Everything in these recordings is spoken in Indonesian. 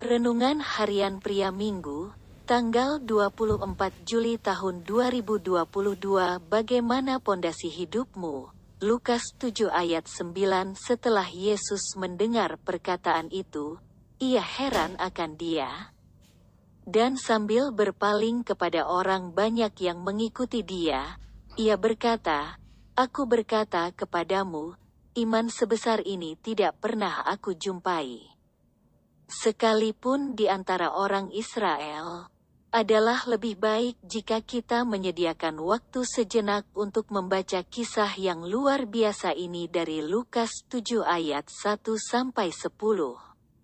Renungan Harian Pria Minggu, tanggal 24 Juli tahun 2022. Bagaimana pondasi hidupmu? Lukas 7 ayat 9. Setelah Yesus mendengar perkataan itu, ia heran akan dia. Dan sambil berpaling kepada orang banyak yang mengikuti dia, ia berkata, "Aku berkata kepadamu, iman sebesar ini tidak pernah aku jumpai. Sekalipun di antara orang Israel, adalah lebih baik jika kita menyediakan waktu sejenak untuk membaca kisah yang luar biasa ini dari Lukas 7 ayat 1-10.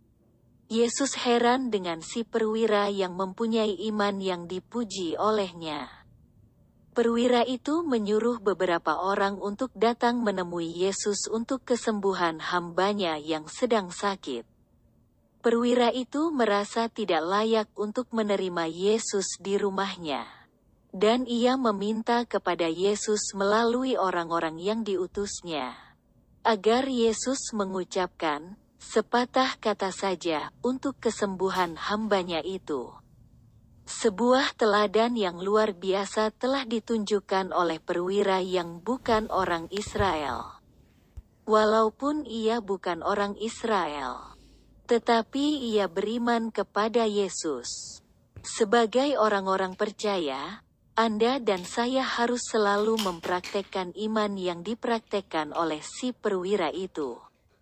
Yesus heran dengan si perwira yang mempunyai iman yang dipuji olehnya. Perwira itu menyuruh beberapa orang untuk datang menemui Yesus untuk kesembuhan hambanya yang sedang sakit. Perwira itu merasa tidak layak untuk menerima Yesus di rumahnya. Dan ia meminta kepada Yesus melalui orang-orang yang diutusnya, agar Yesus mengucapkan sepatah kata saja untuk kesembuhan hambanya itu. Sebuah teladan yang luar biasa telah ditunjukkan oleh perwira yang bukan orang Israel. Walaupun ia bukan orang Israel, tetapi ia beriman kepada Yesus. Sebagai orang-orang percaya, Anda dan saya harus selalu mempraktekkan iman yang dipraktekkan oleh si perwira itu.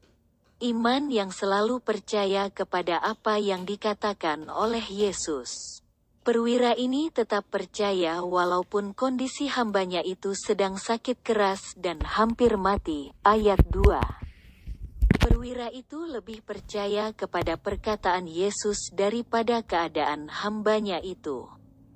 Iman yang selalu percaya kepada apa yang dikatakan oleh Yesus. Perwira ini tetap percaya walaupun kondisi hambanya itu sedang sakit keras dan hampir mati. Ayat 2. Perwira itu lebih percaya kepada perkataan Yesus daripada keadaan hambanya itu.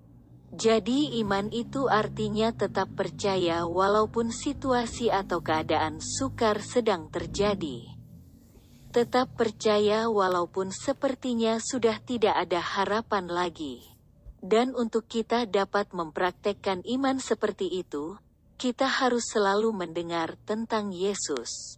Jadi iman itu artinya tetap percaya walaupun situasi atau keadaan sukar sedang terjadi. Tetap percaya walaupun sepertinya sudah tidak ada harapan lagi. Dan untuk kita dapat mempraktekkan iman seperti itu, kita harus selalu mendengar tentang Yesus.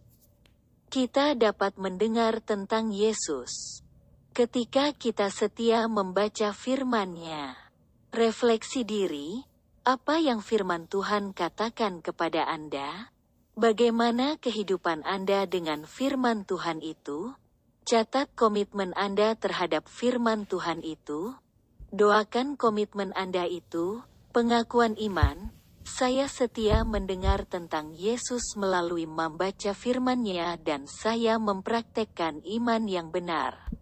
Kita dapat mendengar tentang Yesus ketika kita setia membaca firman-Nya. Refleksi diri, apa yang firman Tuhan katakan kepada Anda? Bagaimana kehidupan Anda dengan firman Tuhan itu? Catat komitmen Anda terhadap firman Tuhan itu. Doakan komitmen Anda itu, pengakuan iman. Saya setia mendengar tentang Yesus melalui membaca firman-Nya dan saya mempraktekkan iman yang benar.